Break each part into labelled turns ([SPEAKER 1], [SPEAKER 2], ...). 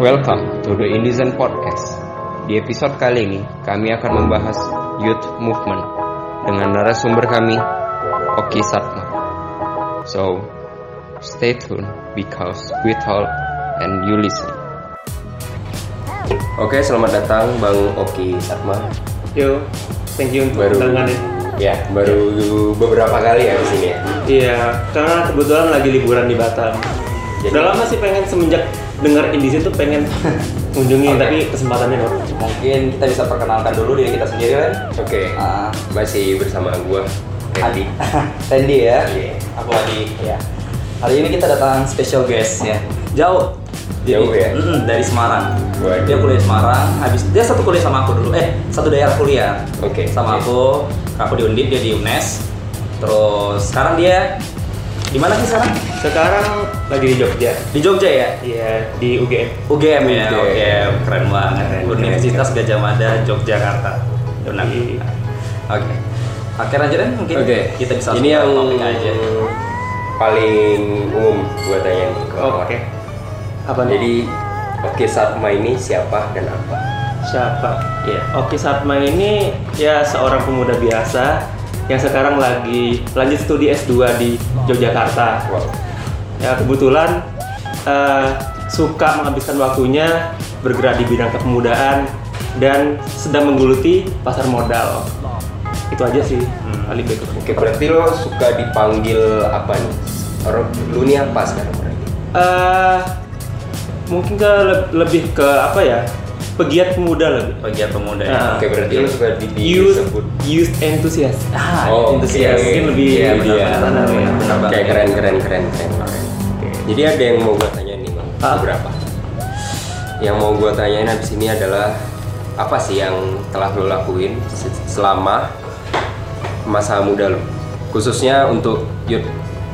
[SPEAKER 1] Welcome to the Indizen Podcast. Di episode kali ini, kami akan membahas youth movement dengan narasumber kami, Oki Satma. So, stay tuned because we talk and you listen. Oke, selamat datang Bang Oki Satma.
[SPEAKER 2] Yo, thank you untuk undangannya.
[SPEAKER 1] Ya, baru beberapa kali ya di sini ya.
[SPEAKER 2] Iya, karena kebetulan lagi liburan di Batam.
[SPEAKER 1] Jadi,
[SPEAKER 2] udah lama sih pengen semenjak dengar Indizen tuh pengen kunjungin, tapi kesempatannya nggak.
[SPEAKER 3] Mungkin kita bisa perkenalkan dulu diri kita sendiri kan?
[SPEAKER 1] Oke. Masih bersama gua, Randy.
[SPEAKER 3] Randy ya?
[SPEAKER 1] Iya.
[SPEAKER 3] Aku Adi. Ya. Hari ini kita datang special guest ya. Jauh.
[SPEAKER 1] Jauh ya?
[SPEAKER 3] Dari Semarang.
[SPEAKER 1] Waduh.
[SPEAKER 3] Dia kuliah di Semarang. Habis dia satu kuliah sama aku dulu. Satu daerah kuliah.
[SPEAKER 1] Oke.
[SPEAKER 3] Sama aku di Undip, dia di UNES. Terus sekarang dia di mana sih sekarang?
[SPEAKER 2] Sekarang lagi di Jogja.
[SPEAKER 3] Di Jogja ya?
[SPEAKER 2] Iya, di UGM.
[SPEAKER 3] UGM ya,
[SPEAKER 1] UGM.
[SPEAKER 3] oke, keren banget. Universitas Gadjah Mada, Yogyakarta. Benar. Oke. Akhirnya aja deh mungkin kita bisa
[SPEAKER 1] ini yang
[SPEAKER 3] topik aja.
[SPEAKER 1] paling umum gue tanya ke orang.
[SPEAKER 2] Oke. Apa nih?
[SPEAKER 1] Jadi Oki Satma ini siapa dan apa?
[SPEAKER 2] Siapa?
[SPEAKER 1] Iya.
[SPEAKER 2] Oki Satma ini ya seorang pemuda biasa yang sekarang lagi lanjut studi S2 di Yogyakarta.
[SPEAKER 1] Wow.
[SPEAKER 2] Ya kebetulan suka menghabiskan waktunya bergerak di bidang kepemudaan dan sedang menggeluti pasar modal. Itu aja sih. Kali background.
[SPEAKER 1] Oke, berarti lo suka dipanggil apa nih? Lu nih apa sekarang berarti?
[SPEAKER 2] Mungkin lebih ke apa ya? Pegiat pemuda lebih.
[SPEAKER 3] Pegiat pemuda ya.
[SPEAKER 1] Oke, berarti lo suka disebut
[SPEAKER 2] Youth enthusiast.
[SPEAKER 3] Entusias.
[SPEAKER 2] Mungkin lebih
[SPEAKER 3] benar banget.
[SPEAKER 1] Kayak keren. Jadi ada yang mau gue tanya nih Bang, beberapa. Yang mau gue tanyain habis ini adalah apa sih yang telah lo lakuin selama masa muda lo, khususnya untuk youth?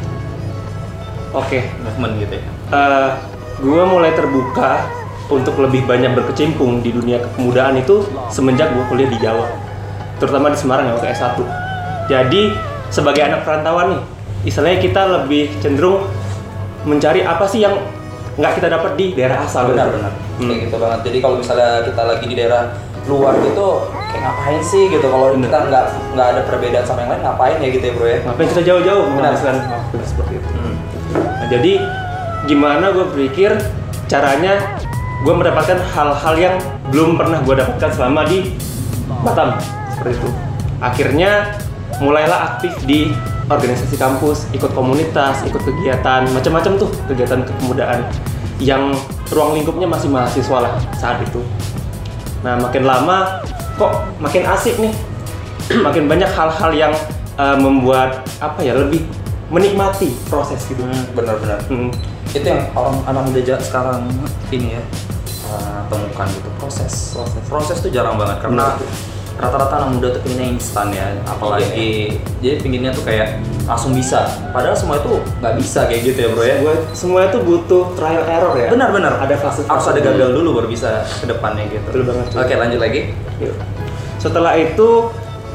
[SPEAKER 2] Oke.
[SPEAKER 3] Movement gitu ya.
[SPEAKER 2] Gue mulai terbuka untuk lebih banyak berkecimpung di dunia kepemudaan itu semenjak gue kuliah di Jawa, terutama di Semarang ya, waktu S1. Jadi sebagai anak perantauan nih, istilahnya kita lebih cenderung mencari apa sih yang nggak kita dapat di daerah asal.
[SPEAKER 3] Benar. Kayak gitu banget. Jadi kalau misalnya kita lagi di daerah luar gitu, kayak ngapain sih gitu? Kalau kita nggak ada perbedaan sama yang lain, ngapain ya gitu ya bro ya?
[SPEAKER 2] Ngapain kita jauh-jauh menghabiskan waktu seperti itu. Nah, jadi gimana gue berpikir caranya gue mendapatkan hal-hal yang belum pernah gue dapatkan selama di Batam seperti itu. Akhirnya mulailah aktif di organisasi kampus, ikut komunitas, ikut kegiatan macam-macam tuh, kegiatan kepemudaan yang ruang lingkupnya masih mahasiswa lah saat itu. Nah makin lama kok makin asik nih, makin banyak hal-hal yang membuat apa ya, lebih menikmati proses gitu.
[SPEAKER 3] Benar. Itu yang orang anak muda sekarang ini ya temukan gitu, proses tuh jarang banget karena rata-rata anak muda tuh pengennya instan ya, apalagi jadi pinginnya tuh kayak langsung bisa, padahal semua itu nggak bisa kayak gitu ya bro ya.
[SPEAKER 2] Semua itu butuh trial error ya.
[SPEAKER 3] Benar.
[SPEAKER 2] Ada fase
[SPEAKER 3] harus ada gagal dulu baru bisa ke depannya gitu.
[SPEAKER 2] Betul banget.
[SPEAKER 3] Oke, lanjut lagi.
[SPEAKER 2] Yuk. Setelah itu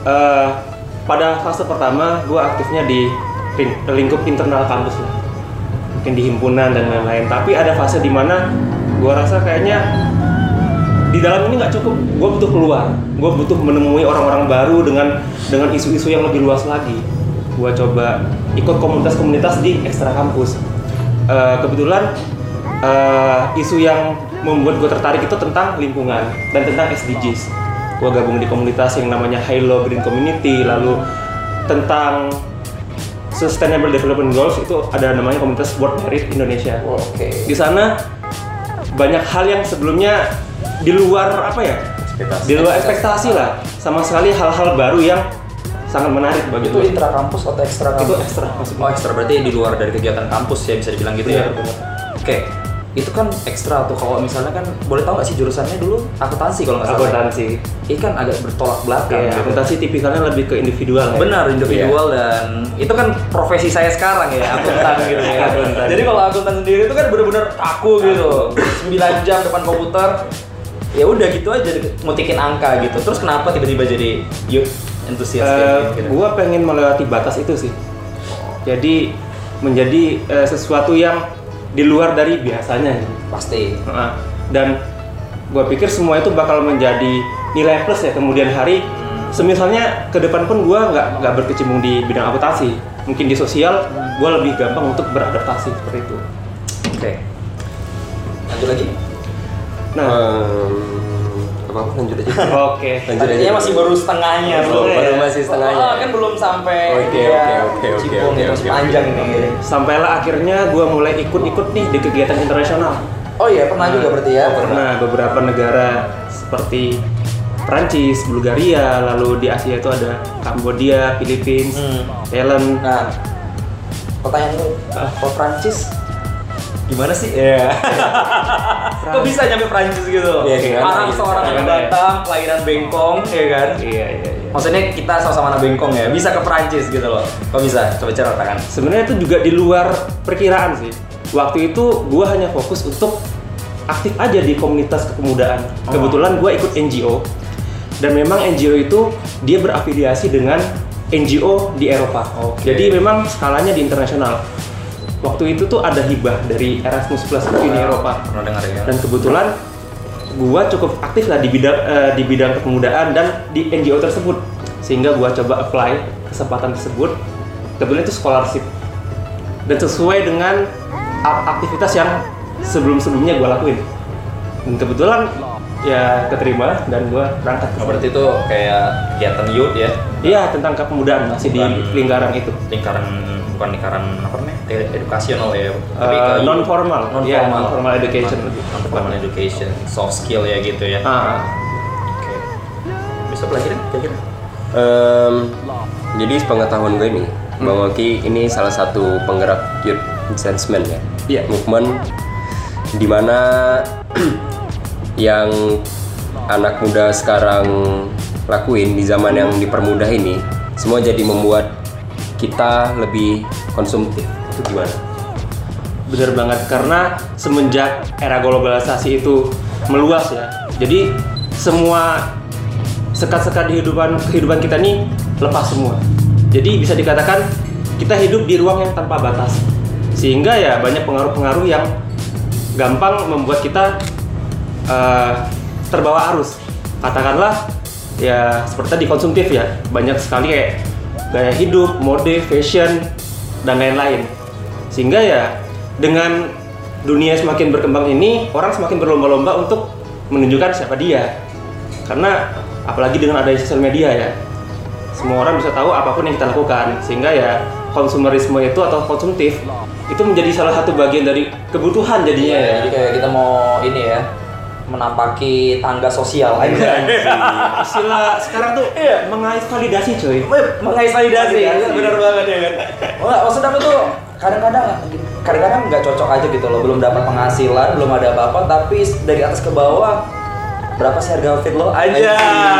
[SPEAKER 2] pada fase pertama gue aktifnya di lingkup internal kampus lah, mungkin di himpunan dan lain-lain. Tapi ada fase di mana gue rasa kayaknya di dalam ini nggak cukup, gue butuh keluar, gue butuh menemui orang-orang baru dengan isu-isu yang lebih luas lagi. Gue coba ikut komunitas-komunitas di ekstra kampus. Kebetulan isu yang membuat gue tertarik itu tentang lingkungan dan tentang SDGs. Gue gabung di komunitas yang namanya Hilo Green Community, lalu tentang Sustainable Development Goals itu ada namanya komunitas World Merit Indonesia.
[SPEAKER 3] Oke.
[SPEAKER 2] Di sana banyak hal yang sebelumnya di luar apa ya? Di luar ekspektasi lah. Sama sekali hal-hal baru yang sangat menarik bagi
[SPEAKER 3] Itu intra kampus atau ekstra kampus?
[SPEAKER 2] Itu ekstra maksudnya.
[SPEAKER 3] Oh, ekstra berarti di luar dari kegiatan kampus ya, bisa dibilang gitu ya.
[SPEAKER 2] Benar.
[SPEAKER 3] Oke. Itu kan ekstra tuh, kalau misalnya kan boleh tahu nggak sih jurusannya dulu? Akuntansi kalau nggak salah.
[SPEAKER 2] Akuntansi.
[SPEAKER 3] Ini kan agak bertolak belakang.
[SPEAKER 2] Iya, akuntansi tipikalnya lebih ke individual.
[SPEAKER 3] Benar, individual dan itu kan profesi saya sekarang ya, akuntan gitu ya.
[SPEAKER 2] Akuntan.
[SPEAKER 3] Jadi kalau akuntan sendiri itu kan benar-benar kaku gitu. 9 jam depan komputer. Ya udah gitu aja ngutikin angka gitu. Terus kenapa tiba-tiba jadi youth enthusiast gitu?
[SPEAKER 2] Gua pengen melewati batas itu sih. Jadi menjadi sesuatu yang di luar dari biasanya gitu.
[SPEAKER 3] Pasti.
[SPEAKER 2] dan gue pikir semua itu bakal menjadi nilai plus ya kemudian hari. Semisalnya ke depan pun gue nggak berkecimpung di bidang akuntansi, mungkin di sosial gue lebih gampang untuk beradaptasi seperti itu.
[SPEAKER 3] Oke. Lanjut lagi.
[SPEAKER 2] Nah,
[SPEAKER 1] apa lanjut aja.
[SPEAKER 2] Oke.
[SPEAKER 3] Artinya masih baru setengahnya,
[SPEAKER 1] baru masih setengahnya.
[SPEAKER 3] Kan belum sampai.
[SPEAKER 1] Oke.
[SPEAKER 3] Masih panjang ini.
[SPEAKER 2] Sampailah akhirnya gue mulai ikut nih di kegiatan internasional.
[SPEAKER 3] Oh iya, pernah juga berarti ya?
[SPEAKER 2] Pernah beberapa negara seperti Prancis, Bulgaria, lalu di Asia itu ada Kambodia, Philippines, Thailand.
[SPEAKER 3] Nah, pertanyaan lu, kalau Prancis gimana sih? Iya. Kok bisa nyampe Prancis gitu?
[SPEAKER 1] Iya,
[SPEAKER 3] Orang seorang anak Batam, kelahiran Bengkong, ya kan?
[SPEAKER 2] Iya.
[SPEAKER 3] Maksudnya kita sama-sama anak Bengkong ya, bisa ke Prancis gitu loh. Kok bisa? Coba ceritakan.
[SPEAKER 2] Sebenarnya itu juga di luar perkiraan sih. Waktu itu gue hanya fokus untuk aktif aja di komunitas kepemudaan. Kebetulan gue ikut NGO, dan memang NGO itu dia berafiliasi dengan NGO di Eropa. Jadi memang skalanya di internasional. Waktu itu tuh ada hibah dari Erasmus Plus Uni Eropa.
[SPEAKER 3] Pernah dengar ya?
[SPEAKER 2] Dan kebetulan gua cukup aktif lah di bidang kepemudaan dan di NGO tersebut, sehingga gua coba apply kesempatan tersebut. Kebetulan itu scholarship dan sesuai dengan aktivitas yang sebelumnya gua lakuin. Dan kebetulan ya keterima dan gua berangkat.
[SPEAKER 3] Berarti itu kayak kegiatan youth ya?
[SPEAKER 2] Iya, tentang kepemudaan masih di lingkaran itu.
[SPEAKER 3] Bukan lingkaran apa namanya? Edukasional ya. Tapi
[SPEAKER 2] non formal education.
[SPEAKER 3] Non formal education, soft skill ya gitu ya. Oke. Bisa pelajarin kira-kira?
[SPEAKER 1] Jadi sepengetahuan gue nih, Bang Oki ini salah satu penggerak youth engagement ya.
[SPEAKER 2] Iya.
[SPEAKER 1] Movement di mana yang anak muda sekarang lakuin di zaman yang dipermudah ini, semua jadi membuat kita lebih konsumtif. Itu gimana?
[SPEAKER 2] Bener banget, karena semenjak era globalisasi itu meluas ya, jadi semua sekat-sekat di kehidupan kita nih lepas semua. Jadi bisa dikatakan kita hidup di ruang yang tanpa batas, sehingga ya banyak pengaruh-pengaruh yang gampang membuat kita terbawa arus. Katakanlah ya seperti tadi konsumtif ya, banyak sekali kayak gaya hidup, mode, fashion, dan lain-lain. Sehingga ya dengan dunia semakin berkembang ini, orang semakin berlomba-lomba untuk menunjukkan siapa dia. Karena apalagi dengan adanya sosial media ya, semua orang bisa tahu apapun yang kita lakukan. Sehingga ya konsumerisme itu atau konsumtif itu menjadi salah satu bagian dari kebutuhan jadinya ya.
[SPEAKER 3] Jadi kayak kita mau ini ya, menampaki tangga sosial aja.
[SPEAKER 2] Istilah sekarang tuh mengais validasi coy.
[SPEAKER 3] Mengais validasi, benar banget ya kan. Maksud aku tuh kadang-kadang nggak cocok aja gitu loh. Belum dapat penghasilan, belum ada apa-apa, tapi dari atas ke bawah berapa sih harga outfit lo aja.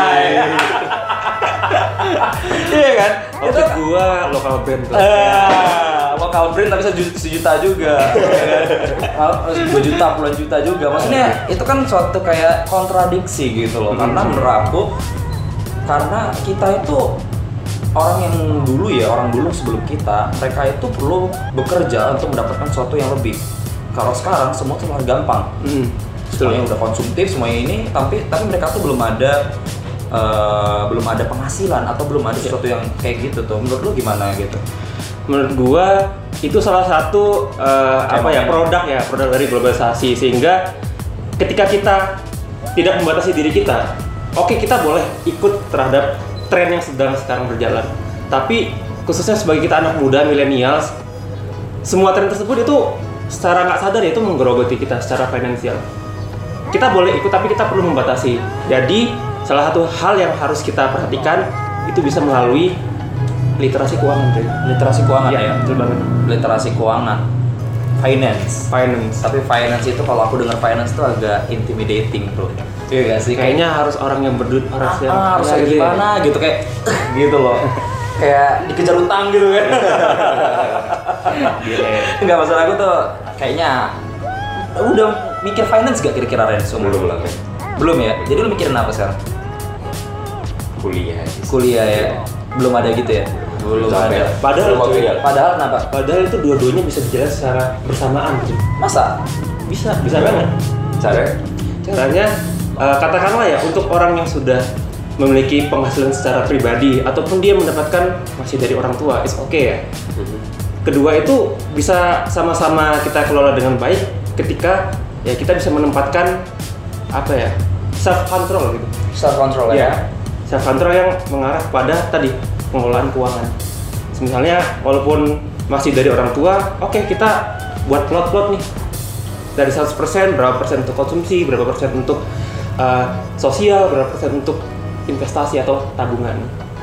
[SPEAKER 3] Iya kan?
[SPEAKER 2] Outfit gua lokal brand.
[SPEAKER 3] Lokal brand tapi sejuta juga, kan? 2 juta, puluhan juta juga. Maksudnya itu kan suatu kayak kontradiksi gitu loh. Karena menurut aku, karena kita itu orang dulu sebelum kita, mereka itu perlu bekerja untuk mendapatkan sesuatu yang lebih. Kalau sekarang semua cuma gampang. Semuanya udah konsumtif, semuanya ini, tapi mereka tuh belum ada penghasilan atau belum ada sesuatu yang kayak gitu tuh. Menurut lu gimana gitu?
[SPEAKER 2] Menurut gua itu salah satu produk dari globalisasi, sehingga ketika kita tidak membatasi diri kita, oke, kita boleh ikut terhadap tren yang sedang sekarang berjalan. Tapi khususnya sebagai kita anak muda millennials, semua tren tersebut itu secara nggak sadar itu menggerogoti kita secara finansial. Kita boleh ikut tapi kita perlu membatasi. Jadi salah satu hal yang harus kita perhatikan itu bisa melalui literasi keuangan.
[SPEAKER 3] Literasi keuangan ya?
[SPEAKER 2] Betul banget.
[SPEAKER 3] Literasi keuangan, finance. Tapi finance itu kalau aku dengar finance itu agak intimidating bro. Iya gak sih?
[SPEAKER 2] Kayaknya harus orang yang berdut, harus
[SPEAKER 3] gimana gitu kayak gitu loh. Kayak dikejar utang gitu kan. Enggak, maksud aku tuh kayaknya udah mikir finance gak kira-kira Renzo? Belum ya? Jadi lu mikirin apa sekarang? Kuliah ya? Belum ada gitu ya? Belum ada. Padahal kenapa?
[SPEAKER 2] Padahal itu dua-duanya bisa berjalan secara bersamaan gitu.
[SPEAKER 3] Masa?
[SPEAKER 2] Bisa banget.
[SPEAKER 1] Cara?
[SPEAKER 2] Caranya katakanlah ya untuk orang yang sudah memiliki penghasilan secara pribadi ataupun dia mendapatkan masih dari orang tua, it's okay ya. Kedua itu bisa sama-sama kita kelola dengan baik ketika ya kita bisa menempatkan apa ya, self control gitu.
[SPEAKER 3] Self control ya.
[SPEAKER 2] Self control yang mengarah pada tadi pengelolaan keuangan. Misalnya walaupun masih dari orang tua, oke, kita buat plot-plot nih. Dari 100% berapa persen untuk konsumsi, berapa persen untuk sosial, berapa persen untuk investasi atau tabungan.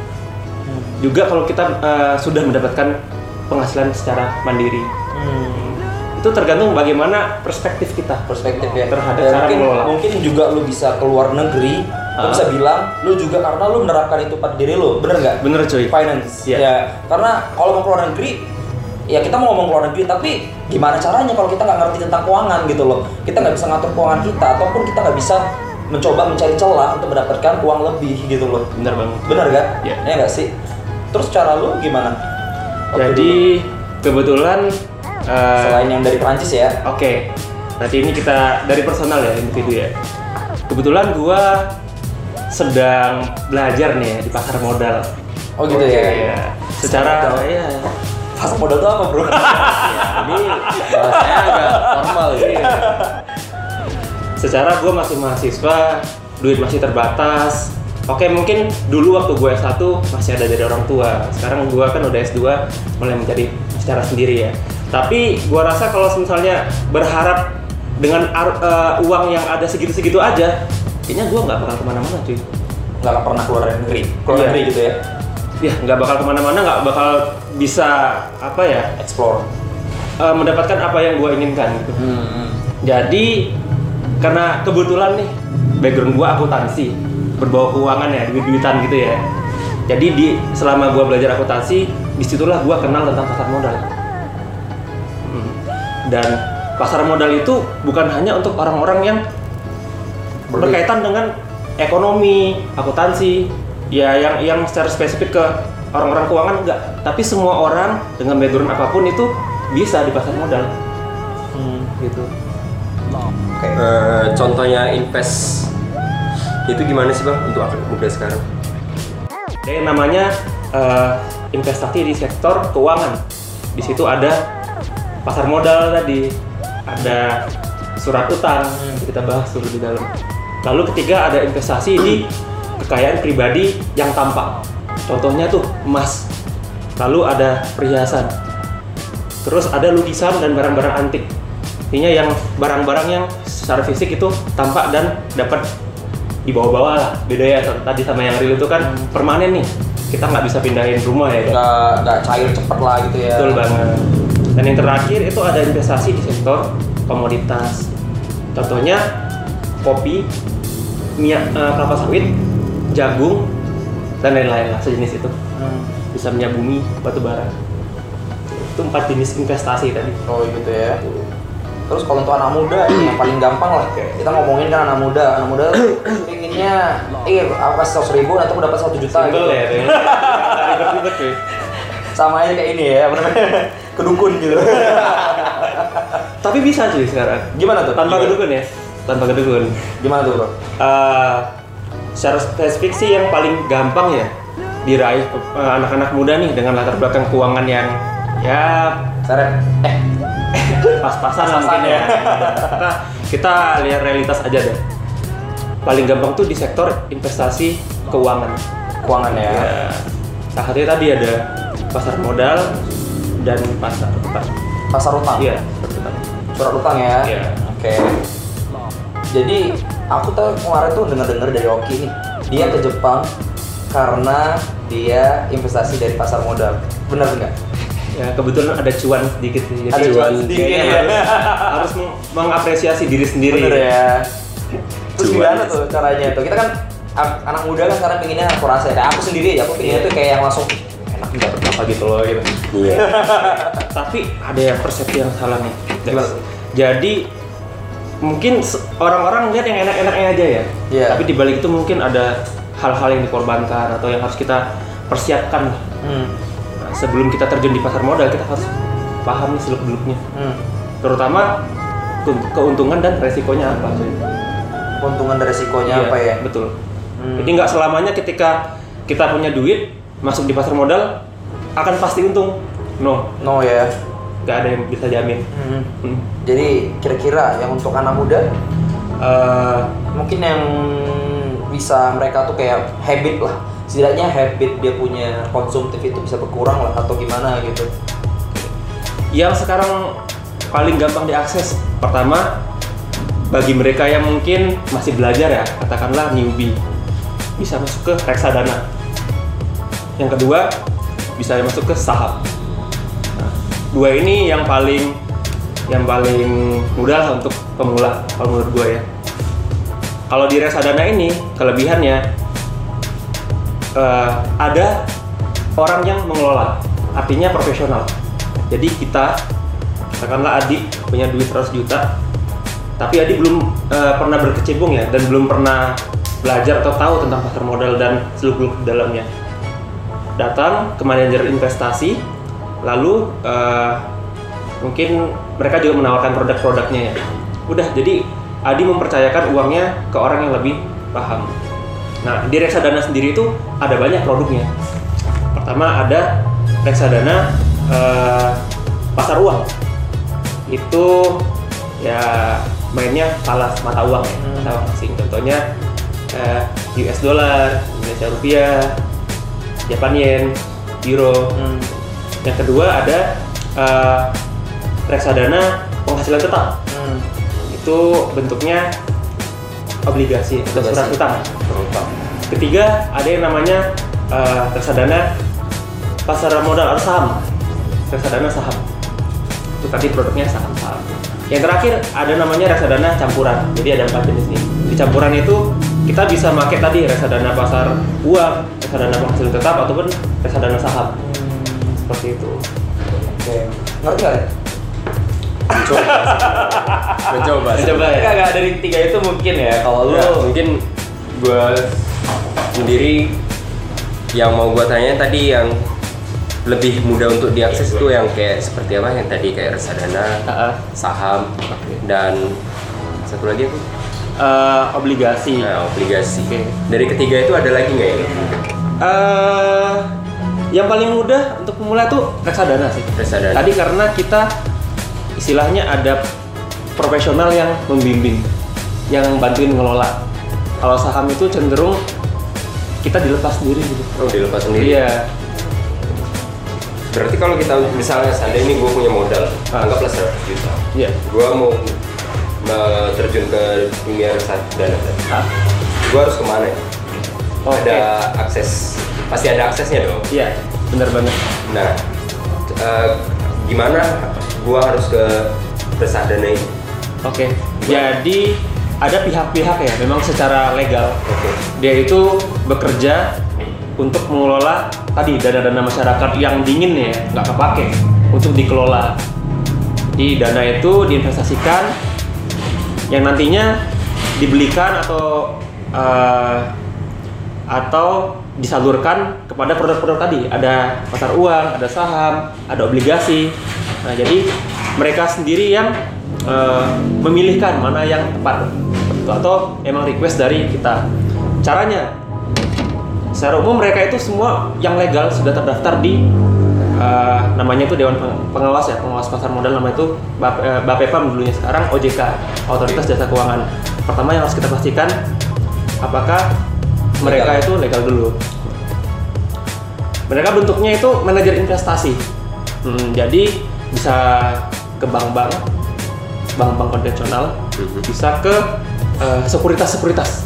[SPEAKER 2] Juga kalau kita sudah mendapatkan penghasilan secara mandiri. Itu tergantung bagaimana perspektif kita
[SPEAKER 3] Ya.
[SPEAKER 2] terhadap cara mengelola.
[SPEAKER 3] Mungkin juga lu bisa keluar negeri, lu bisa bilang lu juga karena lu menerapkan itu pada diri lu, bener nggak?
[SPEAKER 2] Bener cuy.
[SPEAKER 3] Finance.
[SPEAKER 2] Iya.
[SPEAKER 3] Ya, karena kalau mau keluar negeri, ya kita mau ngomong keluar negeri, tapi gimana caranya kalau kita nggak ngerti tentang keuangan gitu loh? Kita nggak bisa ngatur keuangan kita, ataupun kita nggak bisa mencoba mencari celah untuk mendapatkan uang lebih gitu loh.
[SPEAKER 2] Bener banget.
[SPEAKER 3] Bener gak?
[SPEAKER 2] Iya.
[SPEAKER 3] Ya nggak sih? Terus cara lu gimana?
[SPEAKER 2] Jadi kebetulan
[SPEAKER 3] Selain yang dari Perancis ya?
[SPEAKER 2] Oke, nanti ini kita dari personal ya, individu ya. Kebetulan gua sedang belajar nih ya di pasar modal.
[SPEAKER 3] Oh gitu ya?
[SPEAKER 2] Ya. Secara
[SPEAKER 3] Pasar modal.
[SPEAKER 2] ya,
[SPEAKER 3] Pasar modal itu apa bro?
[SPEAKER 1] Ini bahasanya agak formal gitu.
[SPEAKER 2] secara gua masih mahasiswa, duit masih terbatas. Oke, mungkin dulu waktu gue S1 masih ada dari orang tua. Sekarang gua kan udah S2 mulai mencari secara sendiri ya. Tapi gua rasa kalau misalnya berharap dengan uang yang ada segitu-segitu aja, kayaknya gua nggak bakal kemana-mana cuy.
[SPEAKER 3] Nggak pernah keluar negeri? Keluar
[SPEAKER 2] Iya.
[SPEAKER 3] negeri gitu ya?
[SPEAKER 2] Ya nggak bakal kemana-mana, nggak bakal bisa apa ya,
[SPEAKER 3] Explore.
[SPEAKER 2] mendapatkan apa yang gua inginkan gitu. Jadi karena kebetulan nih background gua akuntansi, berbau keuangan ya, duit-duitan gitu ya. Jadi selama gua belajar akuntansi, disitulah gua kenal tentang pasar modal. Dan pasar modal itu bukan hanya untuk orang-orang yang berkaitan dengan ekonomi, akuntansi, ya yang secara spesifik ke orang-orang keuangan enggak, tapi semua orang dengan background apapun itu bisa di pasar modal. Gitu.
[SPEAKER 1] Contohnya invest itu gimana sih bang untuk anak muda sekarang?
[SPEAKER 2] Yang namanya investasi di sektor keuangan. Di situ ada pasar modal tadi, ada surat utang, kita bahas dulu di dalam. Lalu ketiga ada investasi di kekayaan pribadi yang tampak. Contohnya tuh emas. Lalu ada perhiasan. Terus ada lukisan dan barang-barang antik. Intinya yang barang-barang yang secara fisik itu tampak dan dapat dibawa-bawa lah. Beda ya tadi sama yang real itu kan permanen nih. Kita nggak bisa pindahin rumah ya kan?
[SPEAKER 3] Nggak cair cepet lah gitu ya?
[SPEAKER 2] Betul banget. Dan yang terakhir itu ada investasi di sektor komoditas. Contohnya kopi, minyak kelapa sawit, jagung, dan lain-lain lah sejenis itu. Bisa minyak bumi, batu bara. Itu 4 jenis investasi tadi.
[SPEAKER 3] Oh gitu ya. Terus kalau untuk anak muda ini yang paling gampang lah. Kita ngomongin kan anak muda pinginnya aku kasih 100.000 nanti aku dapat 1 juta
[SPEAKER 2] Simple
[SPEAKER 3] gitu.
[SPEAKER 2] ya, ribet-ribet cuy.
[SPEAKER 3] Sama aja kayak ini ya, kedukun gitu.
[SPEAKER 2] Tapi bisa cuy sekarang.
[SPEAKER 3] Gimana tuh?
[SPEAKER 2] Tanpa kedukun ya? Tanpa kedukun.
[SPEAKER 3] Gimana tuh bro?
[SPEAKER 2] Secara spesifik sih yang paling gampang ya diraih anak-anak muda nih dengan latar belakang keuangan yang ya
[SPEAKER 3] Seret.
[SPEAKER 2] pas-pasan lah mungkin ya. Kita lihat realitas aja deh. Paling gampang tuh di sektor investasi keuangan.
[SPEAKER 3] Keuangan ya.
[SPEAKER 2] Ya, salah satunya tadi ada pasar modal dan pasar utang.
[SPEAKER 3] Pasar utang.
[SPEAKER 2] Iya, pasar utang.
[SPEAKER 3] Surat utang ya.
[SPEAKER 2] Iya.
[SPEAKER 3] Oke. Jadi aku tuh kemarin tuh dengar dari Oki nih. Dia ke Jepang karena dia investasi dari pasar modal. Benar nggak?
[SPEAKER 2] Ya kebetulan ada cuan sedikit sih. Jadi
[SPEAKER 3] Ada cuan sedikit
[SPEAKER 2] kayaknya
[SPEAKER 3] ya.
[SPEAKER 2] harus mengapresiasi diri sendiri.
[SPEAKER 3] Bener ya. Terus
[SPEAKER 1] Cuan.
[SPEAKER 3] gimana tuh caranya tuh? Kita kan anak muda kan sekarang pinginnya akurasi. Kayak aku sendiri aja, aku pinginnya tuh kayak yang langsung enak dapat apa gitu loh gitu.
[SPEAKER 1] Iya.
[SPEAKER 2] Tapi ada yang persepsi yang salah nih.
[SPEAKER 3] Gimana?
[SPEAKER 2] Jadi mungkin orang-orang lihat yang enak-enaknya aja ya.
[SPEAKER 3] Iya.
[SPEAKER 2] Tapi di balik itu mungkin ada hal-hal yang dikorbankan atau yang harus kita persiapkan. Nah, sebelum kita terjun di pasar modal kita harus paham nih seluk-beluknya. Terutama keuntungan dan resikonya apa. Cuy.
[SPEAKER 3] keuntungan dan resikonya
[SPEAKER 2] Iya,
[SPEAKER 3] apa ya.
[SPEAKER 2] betul. Jadi nggak selamanya ketika kita punya duit masuk di pasar modal akan pasti untung.
[SPEAKER 3] No ya.
[SPEAKER 2] Nggak ada yang bisa jamin.
[SPEAKER 3] Jadi kira-kira yang untuk anak muda mungkin yang bisa mereka tuh kayak habit lah, setidaknya habit dia punya konsumtif itu bisa berkurang lah atau gimana gitu.
[SPEAKER 2] Yang sekarang paling gampang diakses, pertama bagi mereka yang mungkin masih belajar ya, katakanlah newbie, bisa masuk ke reksadana. Yang kedua bisa masuk ke saham. Nah, dua ini yang paling mudah lah untuk pemula kalau menurut gue ya. Kalau di reksadana ini kelebihannya ada orang yang mengelola, artinya profesional. Jadi katakanlah Adi punya duit 100 juta, tapi Adi belum pernah berkecimpung ya, dan belum pernah belajar atau tahu tentang pasar modal dan seluk-beluk dalamnya. Datang ke manajer investasi, lalu mungkin mereka juga menawarkan produk-produknya ya. Udah, jadi Adi mempercayakan uangnya ke orang yang lebih paham. Nah, di reksadana sendiri itu ada banyak produknya. Pertama ada reksadana pasar uang. Itu ya mainnya falas mata uang ya, mata uang asing. Contohnya US dollar, Indonesia rupiah, Japan yen, euro. Yang kedua ada reksadana penghasilan tetap. Itu bentuknya obligasi atau surat utang. Ketiga ada yang namanya reksadana pasar modal atau saham, reksadana saham. Itu tadi produknya saham-saham. Yang terakhir ada namanya reksadana campuran. Jadi ada 4 jenis nih. Di campuran itu kita bisa pakai tadi reksadana pasar uang, reksadana penghasilan tetap ataupun reksadana saham. Seperti itu.
[SPEAKER 3] Oke. Ngerti nggak?
[SPEAKER 1] Mencoba
[SPEAKER 3] ya. Nggak dari tiga itu mungkin ya. Kalau
[SPEAKER 1] ya,
[SPEAKER 3] lu
[SPEAKER 1] mungkin gue sendiri yang mau gue tanya tadi yang lebih mudah untuk diakses itu yang kayak seperti apa, yang tadi kayak reksadana, saham, dan satu lagi apa?
[SPEAKER 2] Obligasi.
[SPEAKER 1] Nah, obligasi. Dari ketiga itu ada lagi nggak ya?
[SPEAKER 2] Yang paling mudah untuk pemula tuh reksadana sih.
[SPEAKER 1] Reksadana.
[SPEAKER 2] Tadi karena kita istilahnya ada profesional yang membimbing, yang bantuin ngelola. Kalau saham itu cenderung kita dilepas sendiri gitu.
[SPEAKER 1] Oh, dilepas sendiri.
[SPEAKER 2] Iya.
[SPEAKER 1] Berarti kalau kita misalnya seandainya ini gue punya modal, anggaplah 100 juta.
[SPEAKER 2] Iya.
[SPEAKER 1] Gue mau terjun ke dunia reksadana. Gue harus kemana ya? Ada akses, pasti ada aksesnya dong.
[SPEAKER 2] Iya, benar banget.
[SPEAKER 1] Nah, gimana gue harus ke reksadana ini?
[SPEAKER 2] Oke. Jadi ada pihak-pihak ya, memang secara legal. Dia itu bekerja untuk mengelola tadi dana-dana masyarakat yang dingin ya, nggak kepake untuk dikelola. Di dana itu diinvestasikan, yang nantinya dibelikan atau disalurkan kepada produk-produk tadi. Ada pasar uang, ada saham, ada obligasi. Nah, jadi mereka sendiri yang memilihkan mana yang tepat atau emang request dari kita. Caranya, secara umum mereka itu semua yang legal sudah terdaftar di namanya itu Dewan Pengawas ya, pengawas pasar modal, namanya itu BAPEPAM dulunya, sekarang OJK, Otoritas Jasa Keuangan. Pertama yang harus kita pastikan apakah mereka itu legal dulu. Mereka bentuknya itu manajer investasi. Jadi bisa ke bank-bank konvensional, bisa ke sekuritas.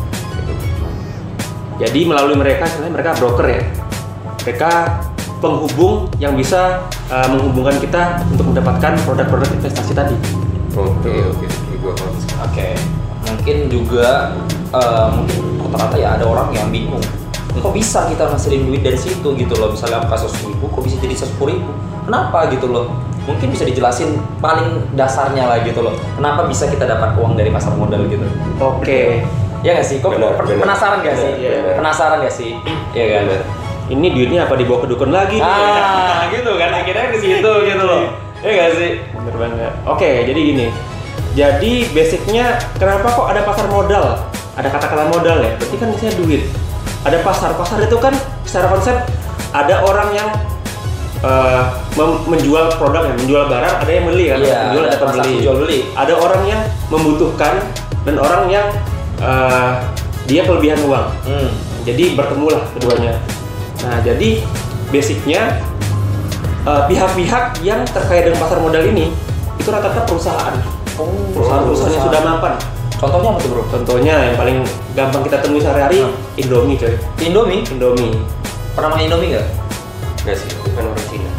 [SPEAKER 2] Jadi melalui mereka, sebenarnya mereka broker ya. Mereka penghubung yang bisa menghubungkan kita untuk mendapatkan produk-produk investasi tadi.
[SPEAKER 3] Oke. Mungkin juga mungkin rata-rata ya ada orang yang bingung. Kok bisa kita ngasilin duit dari situ gitu loh. Misalnya angka 100.000 kok bisa jadi 10.000? Kenapa gitu loh? Mungkin bisa dijelasin paling dasarnya lah gitu loh. Kenapa bisa kita dapat uang dari pasar modal gitu?
[SPEAKER 2] Oke.
[SPEAKER 3] Ya nggak sih? Kok penasaran nggak sih? Penasaran nggak sih? Iya kan?
[SPEAKER 2] Ini duitnya apa dibawa ke dukun lagi?
[SPEAKER 3] Gitu kan? Akhirnya ke situ gitu loh. Iya nggak sih?
[SPEAKER 2] Bener banget. Oke, jadi gini. Jadi basicnya kenapa kok ada pasar modal? Ada kata-kata modal ya, berarti kan misalnya duit. Ada pasar itu kan secara konsep ada orang yang menjual produk ya, menjual barang, ada yang beli kan, menjual ada pembeli.
[SPEAKER 3] Jual beli.
[SPEAKER 2] Ada orang yang membutuhkan dan orang yang dia kelebihan uang. Jadi bertemulah keduanya. Nah, jadi basicnya pihak-pihak yang terkait dengan pasar modal ini itu rata-rata perusahaan. Perusahaan-perusahaan yang sudah mapan.
[SPEAKER 3] Contohnya apa tuh bro?
[SPEAKER 2] Contohnya yang paling gampang kita temui sehari-hari, Indomie coy.
[SPEAKER 3] Indomie? Pernah makan Indomie nggak?
[SPEAKER 1] Nggak sih, bukan orang Cina.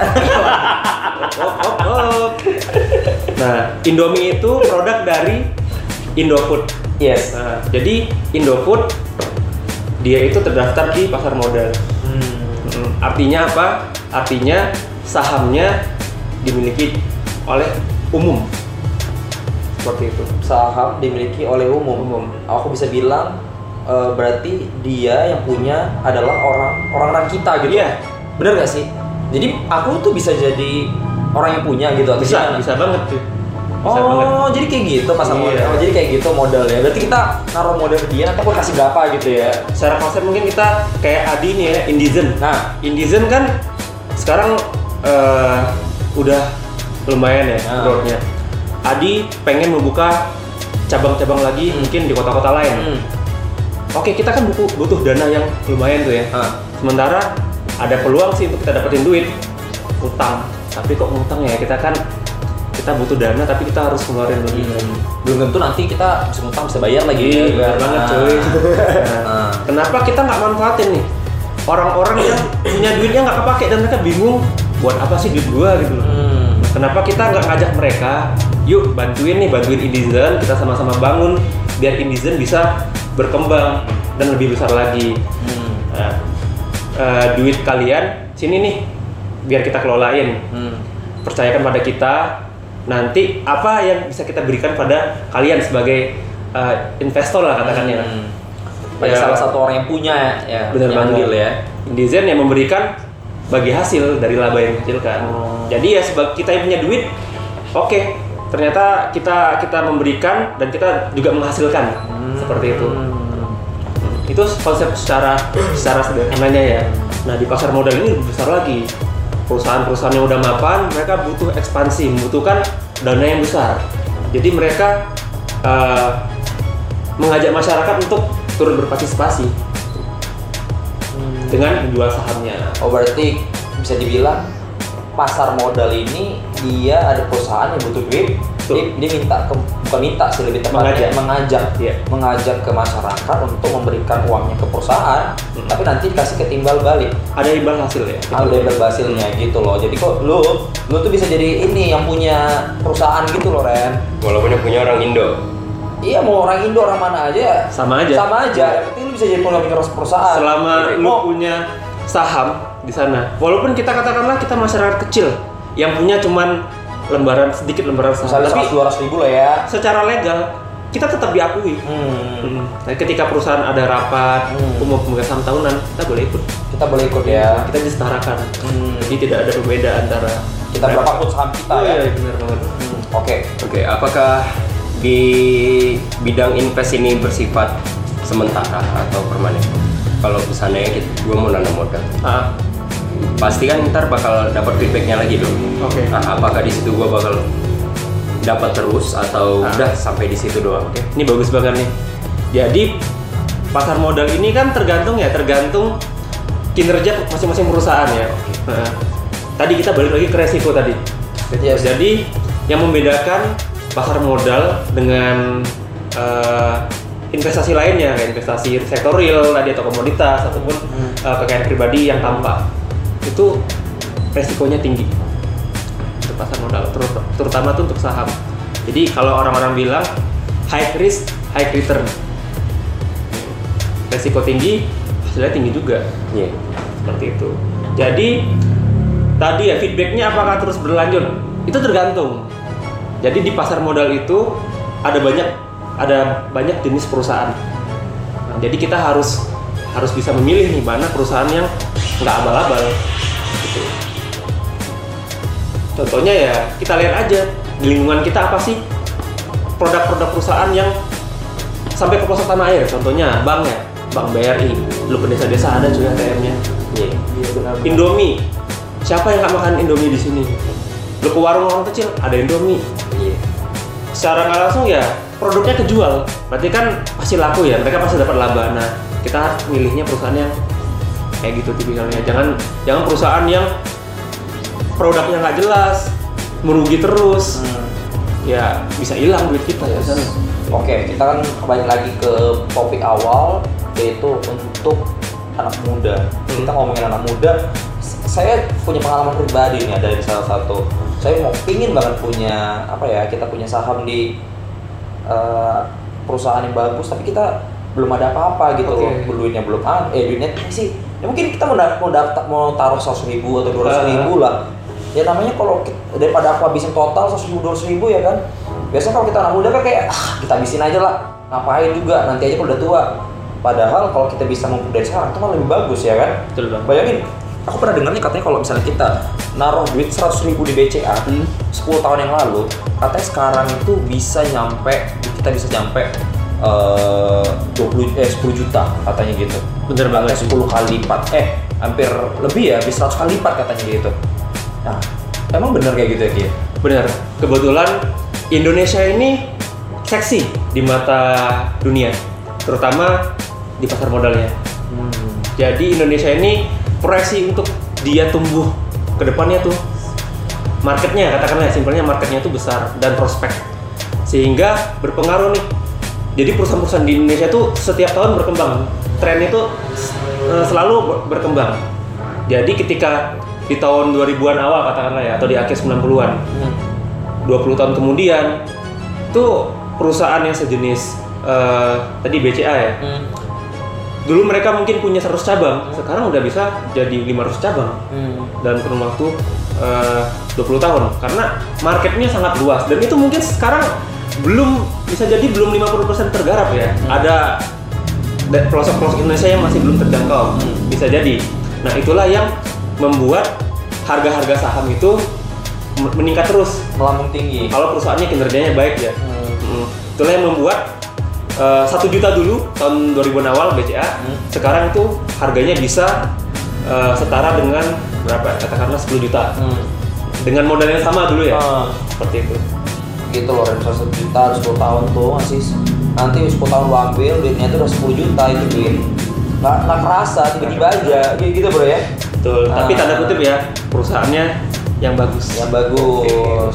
[SPEAKER 2] Nah, Indomie itu produk dari Indofood.
[SPEAKER 3] Yes.
[SPEAKER 2] Nah, jadi Indofood dia itu terdaftar di pasar modal. Artinya apa? Artinya sahamnya dimiliki oleh umum. Seperti itu.
[SPEAKER 3] Saham dimiliki oleh umum. Aku bisa bilang berarti dia yang punya adalah orang kita gitu.
[SPEAKER 2] Iya.
[SPEAKER 3] Bener gak sih? Jadi aku tuh bisa jadi orang yang punya gitu atau
[SPEAKER 2] Bisa banget tuh. Bisa
[SPEAKER 3] banget.
[SPEAKER 2] banget.
[SPEAKER 3] Jadi kayak gitu pasar
[SPEAKER 2] Iya.
[SPEAKER 3] modal. Jadi kayak gitu modalnya. Berarti kita naruh modal ke dia, nanti aku kasih berapa gitu ya.
[SPEAKER 2] Secara konsep mungkin kita kayak Adi nih ya, Indizen.
[SPEAKER 3] Nah,
[SPEAKER 2] Indizen kan sekarang udah lumayan ya growth-nya. Adi pengen membuka cabang-cabang lagi mungkin di kota-kota lain. Oke, kita kan butuh dana yang lumayan tuh ya. Sementara ada peluang sih untuk kita dapetin duit, utang. Tapi kok ngutang ya, kita butuh dana tapi kita harus ngeluarin lebih.
[SPEAKER 3] Belum tentu nanti kita bisa ngutang bisa bayar lagi.
[SPEAKER 2] Benar banget cuy. Kenapa kita nggak manfaatin nih orang-orang yang punya duitnya nggak kepake dan mereka bingung buat apa sih duit gua gitu loh. Kenapa kita nggak ngajak mereka, yuk bantuin Indizen, kita sama-sama bangun biar Indizen bisa berkembang dan lebih besar lagi. Duit kalian sini nih biar kita kelolain. Percayakan pada kita, nanti apa yang bisa kita berikan pada kalian sebagai investor lah katakannya.
[SPEAKER 3] Pada salah satu orang yang punya ya.
[SPEAKER 2] Benar banget
[SPEAKER 3] ya.
[SPEAKER 2] Indizen yang memberikan bagi hasil dari laba yang dihasilkan. Jadi ya sebagai kita yang punya duit, oke, ternyata kita memberikan dan kita juga menghasilkan seperti itu. Itu konsep secara sederhananya ya. Nah di pasar modal ini lebih besar lagi. Perusahaan-perusahaan yang udah mapan, mereka butuh ekspansi, membutuhkan dana yang besar. Jadi mereka mengajak masyarakat untuk turut berpartisipasi dengan menjual sahamnya.
[SPEAKER 3] Oh berarti bisa dibilang pasar modal ini dia ada perusahaan yang butuh duit, dia bukan minta sih, lebih tepatnya mengajak ke masyarakat untuk memberikan uangnya ke perusahaan, tapi nanti dikasih ketimbal balik.
[SPEAKER 2] Ada imbal hasil ya?
[SPEAKER 3] Ada imbal hasilnya gitu loh. Jadi kok lu tuh bisa jadi ini yang punya perusahaan gitu loh Ren.
[SPEAKER 1] Walaupun yang punya orang Indo.
[SPEAKER 3] Iya, mau orang Indo orang mana aja
[SPEAKER 2] sama aja.
[SPEAKER 3] Yang penting lu bisa jadi pemilik perusahaan.
[SPEAKER 2] Selama lu punya saham di sana, walaupun kita katakanlah kita masyarakat kecil yang punya cuman sedikit lembaran saham,
[SPEAKER 3] tapi 200 ribu lah ya.
[SPEAKER 2] Secara legal kita tetap diakui. Nah, ketika perusahaan ada rapat umum pemegang saham tahunan, kita boleh ikut
[SPEAKER 3] ya.
[SPEAKER 2] Kita disetarakan. Jadi tidak ada perbedaan antara
[SPEAKER 3] kita berapa pun saham kita ya.
[SPEAKER 2] Iya, benar banget.
[SPEAKER 1] Oke, apakah di bidang invest ini bersifat sementara atau permanen? Kalau misalnya gue mau nanam modal, pasti kan ntar bakal dapat feedbacknya lagi dong. Nah, apakah di situ gue bakal dapat terus atau udah sampai di situ doang?
[SPEAKER 2] Ini bagus banget nih. Jadi pasar modal ini kan tergantung kinerja masing-masing perusahaan ya. Tadi kita balik lagi ke resiko tadi. Jadi yang membedakan pasar modal dengan investasi lainnya, kayak investasi sektor real tadi atau komoditas ataupun kekayaan pribadi yang tampak, itu resikonya tinggi untuk pasar modal, terutama tuh untuk saham. Jadi kalau orang-orang bilang high risk, high return, resiko tinggi, hasilnya tinggi juga. Seperti itu. Jadi tadi ya feedbacknya apakah terus berlanjut? Itu tergantung. Jadi di pasar modal itu ada banyak jenis perusahaan. Nah, jadi kita harus bisa memilih nih mana perusahaan yang nggak abal-abal. Gitu. Contohnya ya kita lihat aja di lingkungan kita apa sih produk-produk perusahaan yang sampai ke pelosok tanah air. Contohnya bank ya, Bank BRI. Lu ke desa-desa ada juga ATM-nya.
[SPEAKER 1] Iya.
[SPEAKER 2] Indomie. Siapa yang nggak makan Indomie di sini? Lu ke warung orang kecil ada Indomie.
[SPEAKER 1] Iya.
[SPEAKER 2] Secara nggak langsung ya produknya kejual. Berarti kan pasti laku ya. Mereka pasti dapat laba. Nah, kita milihnya perusahaan yang kayak gitu tipikalnya. Jangan perusahaan yang produknya nggak jelas, merugi terus. Ya bisa hilang duit kita ya sana.
[SPEAKER 3] Oke, kita kan kembali lagi ke topik awal, yaitu untuk anak muda. Kita ngomongin anak muda, saya punya pengalaman pribadi nih, ada di salah satu. Saya pingin banget punya kita punya saham di perusahaan yang bagus, tapi kita belum ada apa-apa gitu loh. Duitnya belum duitnya sih. Ya mungkin kita mau taruh 100.000 atau 200.000 lah. Ya namanya kalau daripada aku habisin total 100.000 200.000 ya kan. Biasanya kalau kita anak muda kan kayak kita habisin aja lah, ngapain juga, nanti aja kalau udah tua. Padahal kalau kita bisa ngumpul dari sekarang itu malah lebih bagus ya kan.
[SPEAKER 2] Betul bang.
[SPEAKER 3] Bayangin, aku pernah dengar nih katanya kalau misalnya kita naruh duit 100.000 di BCA 10 tahun yang lalu, katanya sekarang itu kita bisa nyampe 10 juta katanya gitu.
[SPEAKER 2] Bener banget.
[SPEAKER 3] 10 kali lipat, hampir lebih ya, bisa 100 kali lipat katanya gitu. Nah, emang bener kayak gitu ya Ki?
[SPEAKER 2] Benar. Kebetulan Indonesia ini seksi di mata dunia, terutama di pasar modalnya. Jadi Indonesia ini proyeksi untuk dia tumbuh ke depannya tuh marketnya, katakanlah simpelnya marketnya tuh besar dan prospek, sehingga berpengaruh nih. Jadi perusahaan-perusahaan di Indonesia tuh setiap tahun berkembang, trennya tuh selalu berkembang. Jadi ketika di tahun 2000-an awal katakanlah ya, atau di akhir 90-an, 20 tahun kemudian tuh perusahaan yang sejenis tadi BCA ya, dulu mereka mungkin punya 100 cabang, sekarang udah bisa jadi 500 cabang dalam kurun waktu 20 tahun, karena marketnya sangat luas. Dan itu mungkin sekarang bisa jadi belum 50% tergarap ya. Ada pelosok-pelosok Indonesia yang masih belum terjangkau, bisa jadi. Nah itulah yang membuat harga-harga saham itu meningkat terus,
[SPEAKER 3] melambung tinggi.
[SPEAKER 2] kalau perusahaannya kinerjanya baik ya. Itulah yang membuat 1 juta dulu tahun 2000 awal BCA, sekarang itu harganya bisa setara dengan berapa? Katakanlah 10 juta. Dengan modal yang sama dulu ya. Seperti itu.
[SPEAKER 3] Gitu loh, bisa 1 juta 10 tahun tuh masih nanti 10 tahun lu ambil duitnya itu udah 10 juta itu duit. Nggak kerasa tiba-tiba aja gitu bro ya.
[SPEAKER 2] Betul, tapi tanda kutip ya, perusahaannya yang bagus.
[SPEAKER 3] Yang bagus.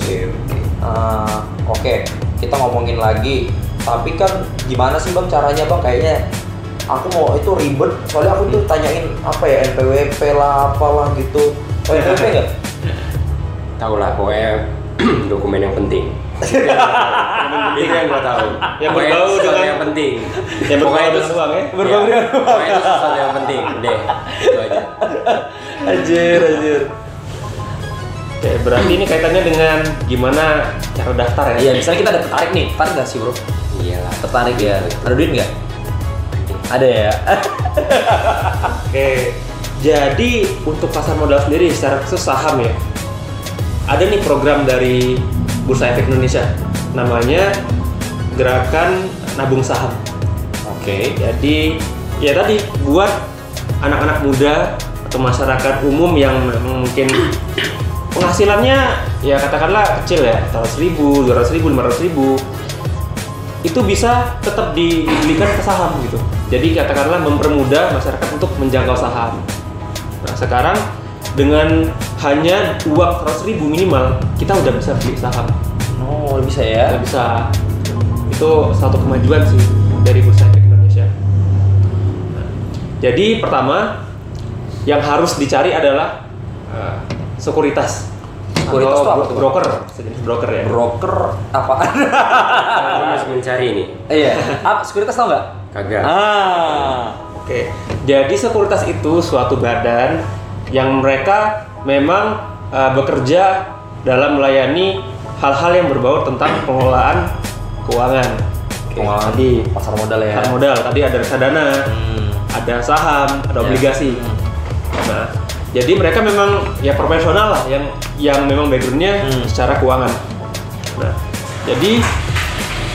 [SPEAKER 3] Oke. Kita ngomongin lagi. Tapi kan gimana sih bang caranya bang? Kayaknya aku mau itu ribet. Soalnya aku tuh tanyain apa ya, NPWP lah, apalah gitu. NPWP nggak?
[SPEAKER 1] Tahu lah, pokoknya dokumen yang penting. Itu yang gua tahu.
[SPEAKER 2] Yang berbau dengan
[SPEAKER 1] yang penting.
[SPEAKER 2] Yang berbau dengan uang ya.
[SPEAKER 3] Berbau dengan uang.
[SPEAKER 1] Pokoknya itu sesuatu yang penting. Deh, itu aja.
[SPEAKER 3] Anjir.
[SPEAKER 2] Oke, berarti ini kaitannya dengan gimana cara daftar ya?
[SPEAKER 3] Iya, misalnya kita ada tertarik nih, tertarik nggak sih bro?
[SPEAKER 1] Iyalah.
[SPEAKER 3] Tertarik ya. Ada duit nggak? Ada ya.
[SPEAKER 2] Oke, jadi untuk pasar modal sendiri secara khusus saham ya, ada nih program dari Bursa Efek Indonesia, namanya Gerakan Nabung Saham.
[SPEAKER 3] Oke.
[SPEAKER 2] Jadi ya tadi buat anak-anak muda atau masyarakat umum yang memang mungkin penghasilannya ya katakanlah kecil ya, 100.000, 200.000, 500.000, itu bisa tetap dibelikan ke saham gitu. Jadi katakanlah mempermudah masyarakat untuk menjangkau saham. Nah sekarang dengan hanya uang 100.000 minimal, kita udah bisa beli saham.
[SPEAKER 3] Oh bisa ya?
[SPEAKER 2] Udah bisa. Itu satu kemajuan sih dari Bursa Efek Indonesia. Nah, jadi pertama yang harus dicari adalah sekuritas.
[SPEAKER 3] Sekuritas itu apa tuh?
[SPEAKER 2] Broker, sejenis broker ya.
[SPEAKER 3] Broker apaan?
[SPEAKER 1] Aku masih mencari nih.
[SPEAKER 3] Iya. Sekuritas tau nggak?
[SPEAKER 1] Kagak.
[SPEAKER 2] Oke. Jadi sekuritas itu suatu badan yang mereka memang bekerja dalam melayani hal-hal yang berbau tentang pengelolaan keuangan.
[SPEAKER 3] Pengelolaan
[SPEAKER 2] Tadi
[SPEAKER 3] pasar modal ya.
[SPEAKER 2] pasar modal, tadi ada reksadana, ada saham, ada obligasi. Nah, jadi mereka memang ya profesional lah yang memang backgroundnya secara keuangan. Nah, jadi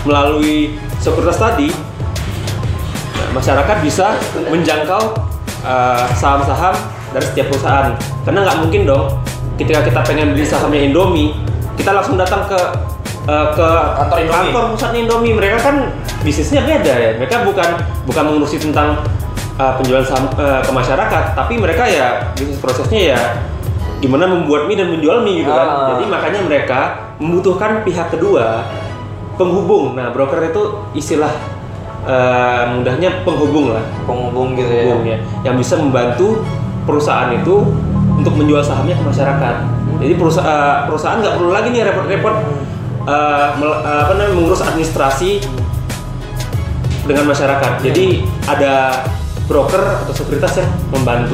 [SPEAKER 2] melalui sekuritas tadi, masyarakat bisa menjangkau saham-saham dari setiap perusahaan. Karena nggak mungkin dong ketika kita pengen beli sahamnya Indomie, kita langsung datang ke kantor pusat Indomie. Mereka kan bisnisnya beda ya. Mereka bukan mengurusi tentang penjualan saham ke masyarakat, tapi mereka ya bisnis prosesnya ya gimana membuat mie dan menjual mie gitu kan. Jadi makanya mereka membutuhkan pihak kedua, penghubung. Nah, broker itu istilah mudahnya penghubung lah.
[SPEAKER 3] Penghubung gitu ya.
[SPEAKER 2] Penghubung, ya. Yang bisa membantu perusahaan itu untuk menjual sahamnya ke masyarakat. Jadi perusahaan nggak perlu lagi nih repot-repot mengurus administrasi dengan masyarakat. Jadi ada broker atau sekuritas yang membantu.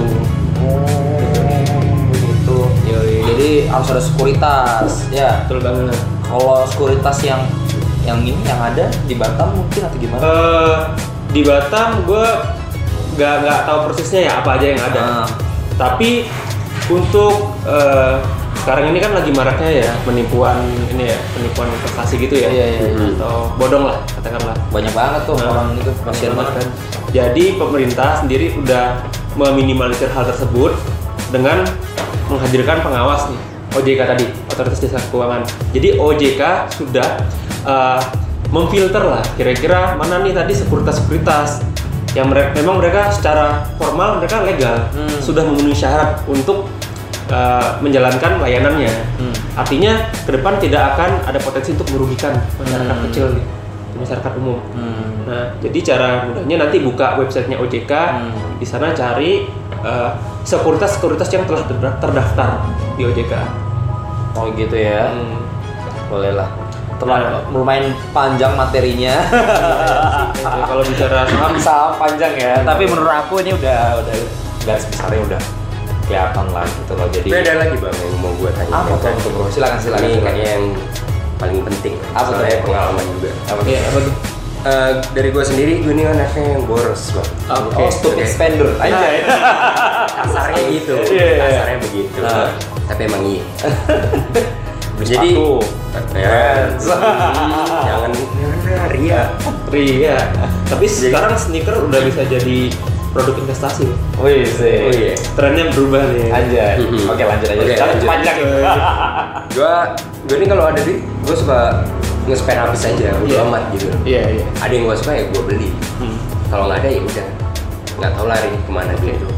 [SPEAKER 3] Begitu. Jadi harus ada sekuritas. Ya.
[SPEAKER 2] Betul banget.
[SPEAKER 3] Kalau sekuritas yang ada di Batam mungkin atau gimana?
[SPEAKER 2] Di Batam gue nggak tahu persisnya ya apa aja yang ada. Tapi untuk sekarang ini kan lagi maraknya ya penipuan investasi gitu ya. Atau bodong lah katakanlah.
[SPEAKER 3] Banyak banget tuh orang itu kasihan banget kan.
[SPEAKER 2] Jadi pemerintah sendiri udah meminimalisir hal tersebut dengan menghadirkan pengawas nih, OJK tadi, Otoritas Jasa Keuangan. Jadi OJK sudah memfilter lah kira-kira mana nih tadi sekuritas yang memang mereka secara formal mereka legal, sudah memenuhi syarat untuk menjalankan layanannya. Artinya ke depan tidak akan ada potensi untuk merugikan masyarakat kecil nih, masyarakat umum. Nah, jadi cara mudahnya nanti buka websitenya OJK, di sana cari sekuritas yang telah terdaftar di OJK.
[SPEAKER 3] Oh gitu ya. Boleh lah. Lumayan panjang materinya.
[SPEAKER 2] Kalau bicara
[SPEAKER 3] saham panjang ya. Tapi menurut aku ini udah garis besarnya udah kelihatan lah gitu loh. Jadi
[SPEAKER 1] ada lagi bang yang mau gue tanya.
[SPEAKER 3] Apa tuh bro? Silakan.
[SPEAKER 1] Ini kayaknya yang paling penting.
[SPEAKER 3] Apa tuh?
[SPEAKER 1] Soalnya pengalaman juga.
[SPEAKER 2] Apa tuh?
[SPEAKER 1] Dari gue sendiri, gue ini anaknya yang boros bang.
[SPEAKER 3] Stupid spender. Aja.
[SPEAKER 1] Kasarnya gitu. Kasarnya begitu. Tapi emang iya. Jadi jangan ria. Tapi sekarang sneaker udah bisa jadi produk investasi.
[SPEAKER 3] Wih sih.
[SPEAKER 2] Trennya berubah nih.
[SPEAKER 3] Anjay. Oke lanjut aja. Panjang.
[SPEAKER 1] Gue ini kalau ada duit, gue suka nge-spend habis aja, udah amat gitu.
[SPEAKER 2] Iya.
[SPEAKER 1] Ada yang gue suka ya gue beli. Kalau nggak ada ya udah, nggak tahu lari kemana gitu.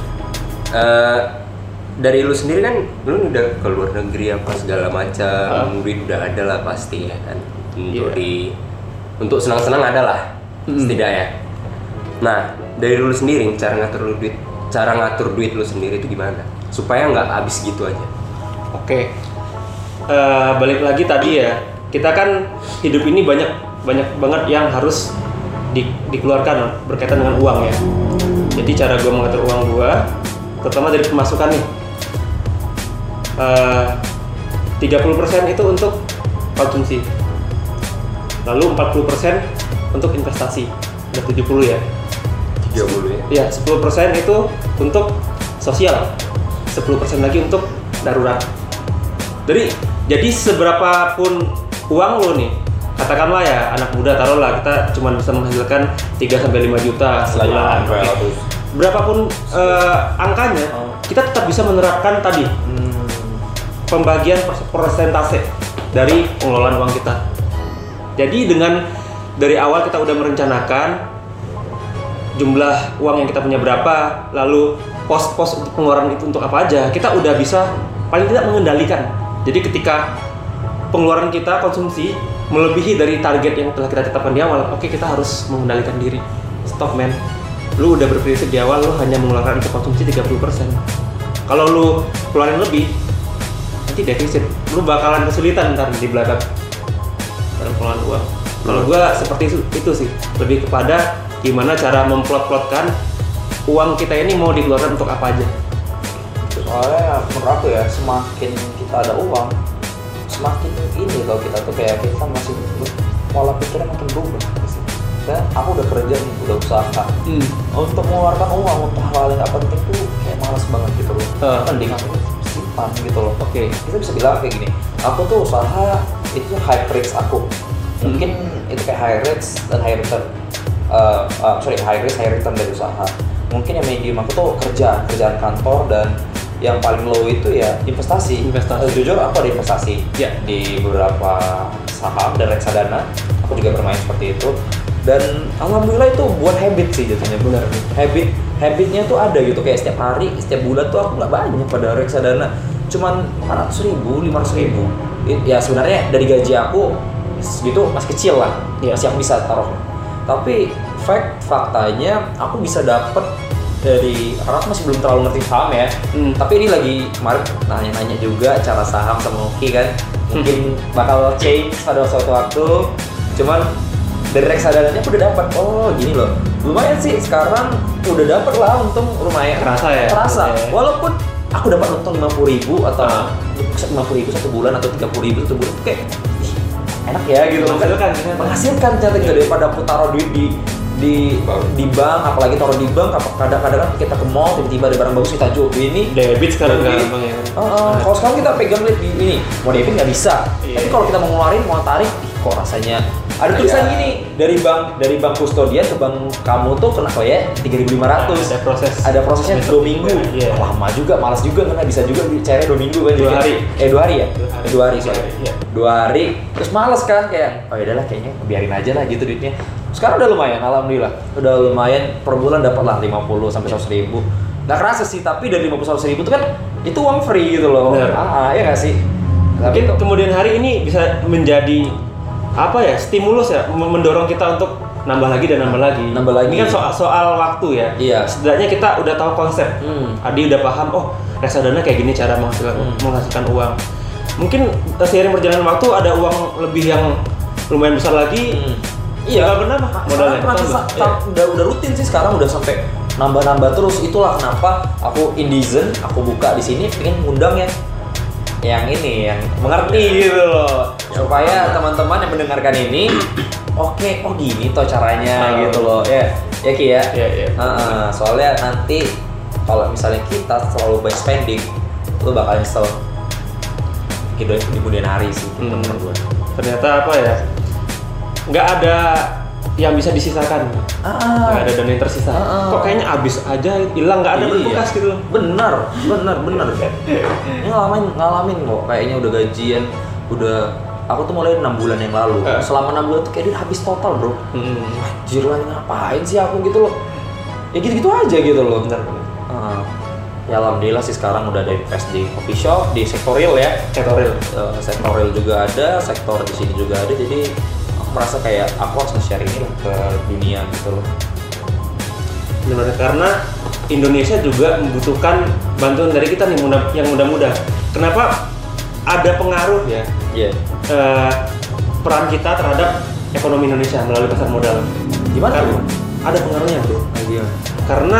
[SPEAKER 1] Dari lu sendiri kan, lu udah ke luar negeri apa segala macam, duit udah ada lah pasti ya kan. Untuk senang-senang ada lah, setidaknya. Nah, dari lu sendiri cara ngatur duit lu sendiri itu gimana? Supaya nggak habis gitu aja.
[SPEAKER 2] Oke. Balik lagi tadi ya, kita kan hidup ini banyak banget yang harus dikeluarkan berkaitan dengan uang ya. Jadi cara gue mengatur uang gue, terutama dari pemasukan nih, 30% itu untuk konsumsi, lalu 40% untuk investasi, udah 70 ya.
[SPEAKER 1] 30 ya?
[SPEAKER 2] Iya, 10% itu untuk sosial, 10% lagi untuk darurat. Jadi seberapapun uang lo nih, katakanlah ya anak muda, taruhlah kita cuma bisa menghasilkan 3-5 juta sebulan. Berapapun angkanya, kita tetap bisa menerapkan tadi pembagian persentase dari pengelolaan uang kita. Jadi dari awal kita udah merencanakan jumlah uang yang kita punya berapa, lalu pos-pos untuk pengeluaran itu untuk apa aja, kita udah bisa paling tidak mengendalikan. Jadi ketika pengeluaran kita konsumsi melebihi dari target yang telah kita tetapkan di awal, oke, kita harus mengendalikan diri. Stop man, lu udah berprinsip di awal lu hanya mengeluarkan untuk konsumsi 30%. Kalau lu keluarin lebih, nanti defisit, lu bakalan kesulitan ntar di belakang dalam pengelolaan uang. Kalau gua seperti itu sih, lebih kepada gimana cara memplot-plotkan uang kita ini mau dikeluarkan untuk apa aja.
[SPEAKER 3] Soalnya menurut aku ya, semakin kita ada uang, semakin ini kalau kita tuh kayak kita masih pola pikirnya makin berubah. Dan aku udah kerja nih, udah usaha. Untuk mengeluarkan uang untuk hal yang nggak penting tuh kayak malas banget gitu loh. Mending aku simpan gitu loh. Kita bisa bilang kayak gini, aku tuh usaha itu high risk aku. Mungkin itu kayak high risk dan high return. High risk high return dari usaha. Mungkin yang medium aku tuh kerjaan kantor, dan yang paling low itu ya investasi. Jujur aku ada investasi di beberapa saham dan reksadana. Aku juga bermain seperti itu. Dan alhamdulillah itu buat habit sih jatuhnya. Benar. Habitnya tuh ada gitu, kayak setiap hari, setiap bulan tuh aku nggak banyak pada reksadana. Cuman 400.000, 500.000. Ya sebenarnya dari gaji aku segitu masih kecil lah, masih aku bisa taruh. Tapi faktanya aku bisa dapet dari, karena aku masih belum terlalu ngerti saham ya. Tapi ini lagi kemarin nanya-nanya juga cara saham sama Oki kan. Mungkin bakal change pada suatu waktu. Cuman dari reksadananya aku udah dapat. Oh gini loh, lumayan sih sekarang udah dapat lah, untung lumayan. Terasa. Walaupun aku dapat untung 50.000 atau 50.000 satu bulan atau 30.000 satu bulan, kayak enak ya gitu. Menghasilkan ternyata gitu, daripada aku taruh duit di bank, apalagi taruh di bank, kadang-kadang kita ke mall tiba-tiba ada barang bagus kita jual. Ini
[SPEAKER 2] debit sekarang gampang ya.
[SPEAKER 3] Kalau sekarang kita pegang ini, mau debit nggak bisa. Tapi kalau kita mau ngeluarin, mau tarik, kok rasanya ada tulisan gini, dari bank kustodian ke bank kamu tuh kena ya 3.500. Ada prosesnya 2 minggu. Lama juga, malas juga karena bisa juga cairnya 2 minggu kan.
[SPEAKER 2] 2 hari.
[SPEAKER 3] 2 hari ya? 2 hari sih. 2 hari. Terus malas kan, kayak oh yaudahlah kayaknya biarin aja lah gitu duitnya. Sekarang udah lumayan, alhamdulillah. Udah lumayan, per bulan dapat lah 50 sampai 100.000. Nggak kerasa sih, tapi dari 50-100.000 itu kan itu uang free gitu loh. Ya nggak sih?
[SPEAKER 2] Mungkin kemudian hari ini bisa menjadi apa ya, stimulus ya, mendorong kita untuk nambah lagi. Ini kan soal waktu ya.
[SPEAKER 3] Iya.
[SPEAKER 2] Setidaknya kita udah tahu konsep. Adi udah paham, oh reksadana kayak gini cara menghasilkan uang. Mungkin seiring perjalanan waktu ada uang lebih yang lumayan besar lagi.
[SPEAKER 3] Iya,
[SPEAKER 2] benar modalnya.
[SPEAKER 3] Udah rutin sih sekarang, udah sampai nambah terus. Itulah kenapa aku Indizen, aku buka di sini pengen ngundang yang ini yang mengerti gitu loh, supaya teman-teman yang mendengarkan ini oke, oh gini toh caranya gitu loh ya Ki ya. Soalnya nanti kalau misalnya kita terlalu banyak spending, lu bakal nyesel di kemudian hari sih.
[SPEAKER 2] Ternyata apa ya, nggak ada yang bisa disisakan, nggak ada dana yang tersisa. Kok kayaknya habis aja, hilang, nggak ada berbekas gitu.
[SPEAKER 3] Benar. Ini ngalamin kok, kayaknya udah gajian, aku tuh mulai 6 bulan yang lalu. Selama 6 bulan tuh kayak dia habis total bro. Anjir lah, ngapain sih aku gitu loh. Ya gitu-gitu aja gitu loh.
[SPEAKER 2] Benar.
[SPEAKER 3] Ya alhamdulillah sih sekarang udah ada invest di coffee shop, di sektor real ya. Sektor real juga ada, sektor di sini juga ada. Jadi merasa kayak aku harus nge-share ini lah ke dunia gitu loh.
[SPEAKER 2] Benar, karena Indonesia juga membutuhkan bantuan dari kita nih, yang muda-muda. Kenapa ada pengaruh ya? Peran kita terhadap ekonomi Indonesia melalui pasar modal.
[SPEAKER 3] Gimana?
[SPEAKER 2] Ada pengaruhnya bro. Karena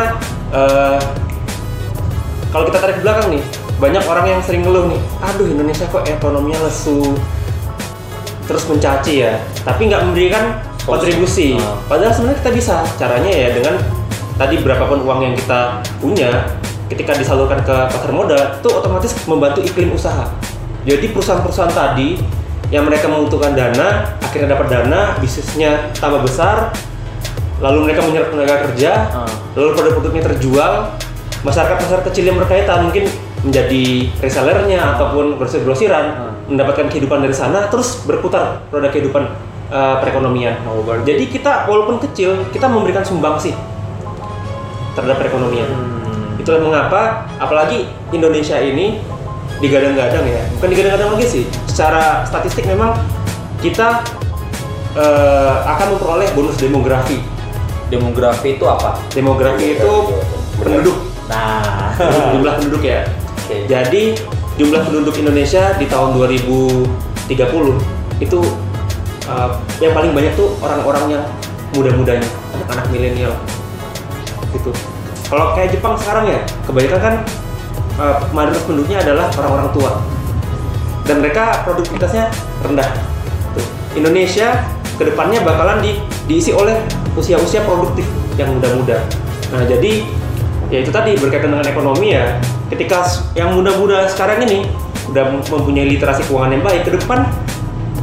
[SPEAKER 2] kalau kita tarik ke belakang nih, banyak orang yang sering ngeluh nih, aduh Indonesia kok ekonominya lesu, terus mencaci ya, tapi nggak memberikan kontribusi. Padahal sebenarnya kita bisa, caranya ya dengan tadi berapapun uang yang kita punya, ketika disalurkan ke pasar modal, itu otomatis membantu iklim usaha. Jadi perusahaan-perusahaan tadi yang mereka membutuhkan dana, akhirnya dapat dana, bisnisnya tambah besar, lalu mereka menyerap tenaga kerja, lalu produk-produknya terjual, masyarakat kecil yang berkaitan mungkin menjadi resellernya ataupun grosir-grosiran, mendapatkan kehidupan dari sana, terus berputar roda kehidupan perekonomian. Jadi kita walaupun kecil, kita memberikan sumbangsi terhadap perekonomian. Itulah mengapa apalagi Indonesia ini digadang-gadang ya, bukan digadang-gadang lagi sih, secara statistik memang kita akan memperoleh bonus demografi.
[SPEAKER 3] Demografi itu apa?
[SPEAKER 2] Demografi itu penduduk.
[SPEAKER 3] Nah,
[SPEAKER 2] jumlah penduduk ya. Jadi jumlah penduduk Indonesia di tahun 2030 itu yang paling banyak tuh orang-orang yang muda-mudanya, anak milenial gitu. Kalau kayak Jepang sekarang ya, kebanyakan kan mayoritas penduduknya adalah orang-orang tua dan mereka produktivitasnya rendah. Indonesia kedepannya bakalan diisi oleh usia-usia produktif yang muda-muda. Nah jadi ya itu tadi berkaitan dengan ekonomi ya, ketika yang muda-muda sekarang ini udah mempunyai literasi keuangan yang baik, ke depan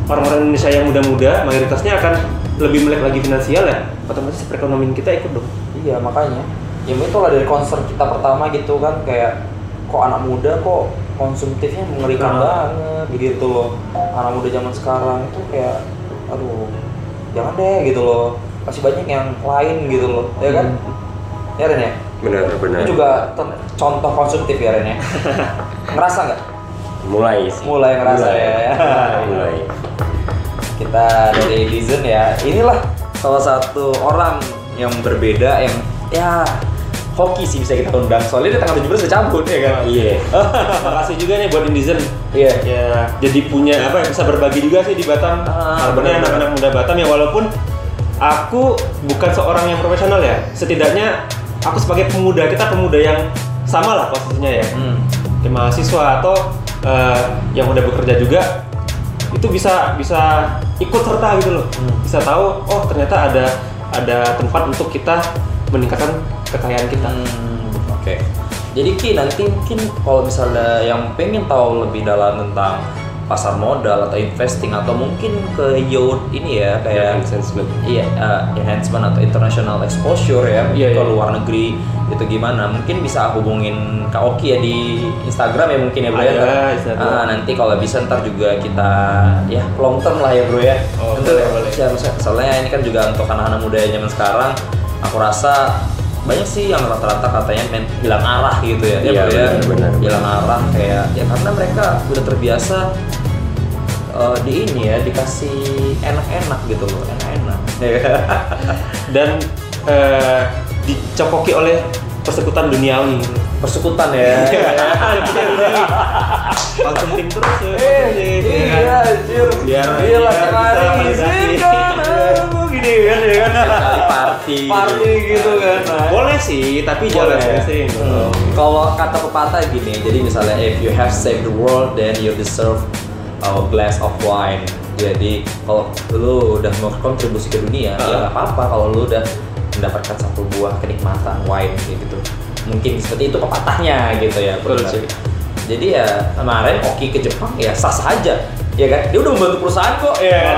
[SPEAKER 2] orang-orang Indonesia yang muda-muda mayoritasnya akan lebih melek lagi finansial ya, otomatis perekonomian kita ikut dong.
[SPEAKER 3] Iya makanya, ya itulah dari concern kita pertama gitu kan, kayak kok anak muda kok konsumtifnya mengerikan banget gitu loh. Anak muda zaman sekarang itu kayak, aduh, jangan deh gitu loh. Masih banyak yang lain gitu loh, ya kan? Ya Ren ya?
[SPEAKER 1] Benar.
[SPEAKER 3] Ini juga contoh konsumtif ya Ren ya? Ngerasa nggak? Mulai ngerasa ya.
[SPEAKER 1] Mulai.
[SPEAKER 3] Kita dari Dizen ya, inilah salah satu orang yang berbeda yang ya hoki sih bisa kita undang, soalnya dia tanggal 17 udah cabut ya kan.
[SPEAKER 1] Iya.
[SPEAKER 2] Makasih juga nih buat Indizen.
[SPEAKER 3] Iya.
[SPEAKER 2] Ya, jadi punya bisa berbagi juga sih di Batam. Benar anak-anak muda Batam ya, walaupun aku bukan seorang yang profesional ya. Setidaknya aku sebagai pemuda, kita pemuda yang sama lah posisinya ya. Kayak mahasiswa atau yang udah bekerja juga, itu bisa ikut serta gitu loh. Bisa tahu ternyata ada tempat untuk kita meningkatkan kekayaan kita.
[SPEAKER 3] Oke. Jadi Ki, nanti mungkin kalau misalnya yang pengen tahu lebih dalam tentang pasar modal atau investing atau mungkin ke youth ini ya kayak enhancement atau international exposure ya, ke luar negeri itu gimana, mungkin bisa hubungin Kak Oki ya di Instagram ya mungkin ya bro ya. Nanti kalau bisa ntar juga kita ya long term lah ya bro ya.
[SPEAKER 2] Boleh.
[SPEAKER 3] Soalnya ini kan juga untuk anak-anak muda zaman sekarang, aku rasa banyak sih yang rata-rata katanya hilang arah gitu ya.
[SPEAKER 1] Iya, benar.
[SPEAKER 3] Hilang arah kayak ya karena mereka udah terbiasa di ini ya dikasih enak-enak gitu loh, enak-enak.
[SPEAKER 2] Dan dicokoki oleh persekutan duniawi.
[SPEAKER 3] Persekutan ya.
[SPEAKER 2] Konsumtif terus ya.
[SPEAKER 3] Iya, anjir.
[SPEAKER 2] Biar
[SPEAKER 3] izinkan aku gini kan ya kan. Party gitu kan.
[SPEAKER 2] Boleh sih, tapi jangan sering.
[SPEAKER 3] Kalau kata pepatah gini, jadi misalnya if you have saved the world then you deserve a glass of wine. Jadi kalau lu udah mau kontribusi ke dunia, ya nggak apa-apa kalau lu udah mendapatkan satu buah kenikmatan wine gitu. Mungkin seperti itu pepatahnya gitu ya. Jadi ya kemarin Oki ke Jepang ya sah-sah aja, ya kan? Dia udah membantu perusahaan kok, ya kan?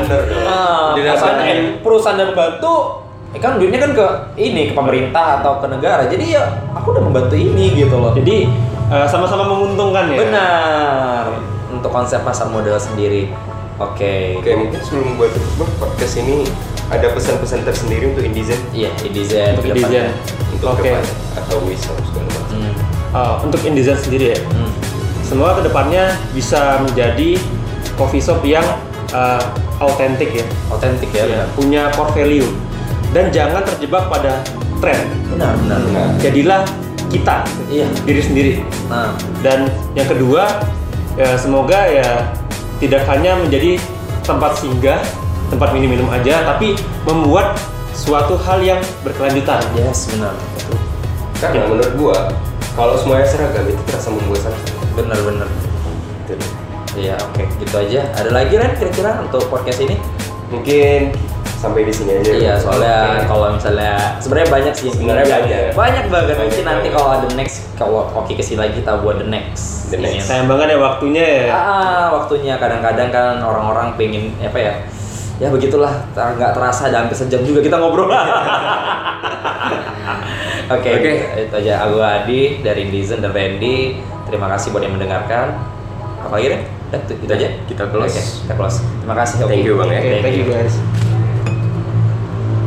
[SPEAKER 3] Perusahaan dan membantu, kan duitnya kan ke pemerintah atau ke negara. Jadi ya aku udah membantu ini gitu loh.
[SPEAKER 2] Jadi sama-sama menguntungkan ya.
[SPEAKER 3] Benar. Untuk konsep pasar modal sendiri. Oke,
[SPEAKER 1] mungkin sebelum buat podcast ini ada pesan-pesan tersendiri untuk Indizen.
[SPEAKER 3] Iya, Indizen.
[SPEAKER 2] Untuk Indizen.
[SPEAKER 1] Untuk depan atau wisdom segala macam.
[SPEAKER 2] Untuk Indizen sendiri ya. Semoga kedepannya bisa menjadi coffee shop yang autentik ya.
[SPEAKER 3] Autentik ya.
[SPEAKER 2] Punya core value dan jangan terjebak pada tren.
[SPEAKER 3] Benar.
[SPEAKER 2] Jadilah kita, diri sendiri. Dan yang kedua, semoga ya tidak hanya menjadi tempat singgah, tempat minum-minum aja, tapi membuat suatu hal yang berkelanjutan.
[SPEAKER 3] Yes, benar.
[SPEAKER 1] Karena menurut gua, kalau semuanya seragam itu terasa membosankan.
[SPEAKER 3] Benar. Iya, oke, gitu aja. Ada lagi Ren kira-kira untuk podcast ini?
[SPEAKER 1] Mungkin sampai di sini aja.
[SPEAKER 3] Iya, soalnya kalau misalnya sebenarnya banyak sih, banyak banget. Mungkin nanti kalau ada next, kalau Oki kesini lagi kita buat the next.
[SPEAKER 2] Sayang banget ya waktunya ya.
[SPEAKER 3] Waktunya kadang-kadang kan orang-orang pengen apa ya? Ya begitulah, nggak terasa hampir sejam juga kita ngobrol. Oke, itu aja. Aku Adi dari Indizen dan Randy. Terima kasih buat yang mendengarkan. Apa lagi Ren? Itu aja.
[SPEAKER 1] Kita close.
[SPEAKER 3] Kita close. Terima kasih.
[SPEAKER 1] Thank you Bang ya.
[SPEAKER 2] Thank you guys.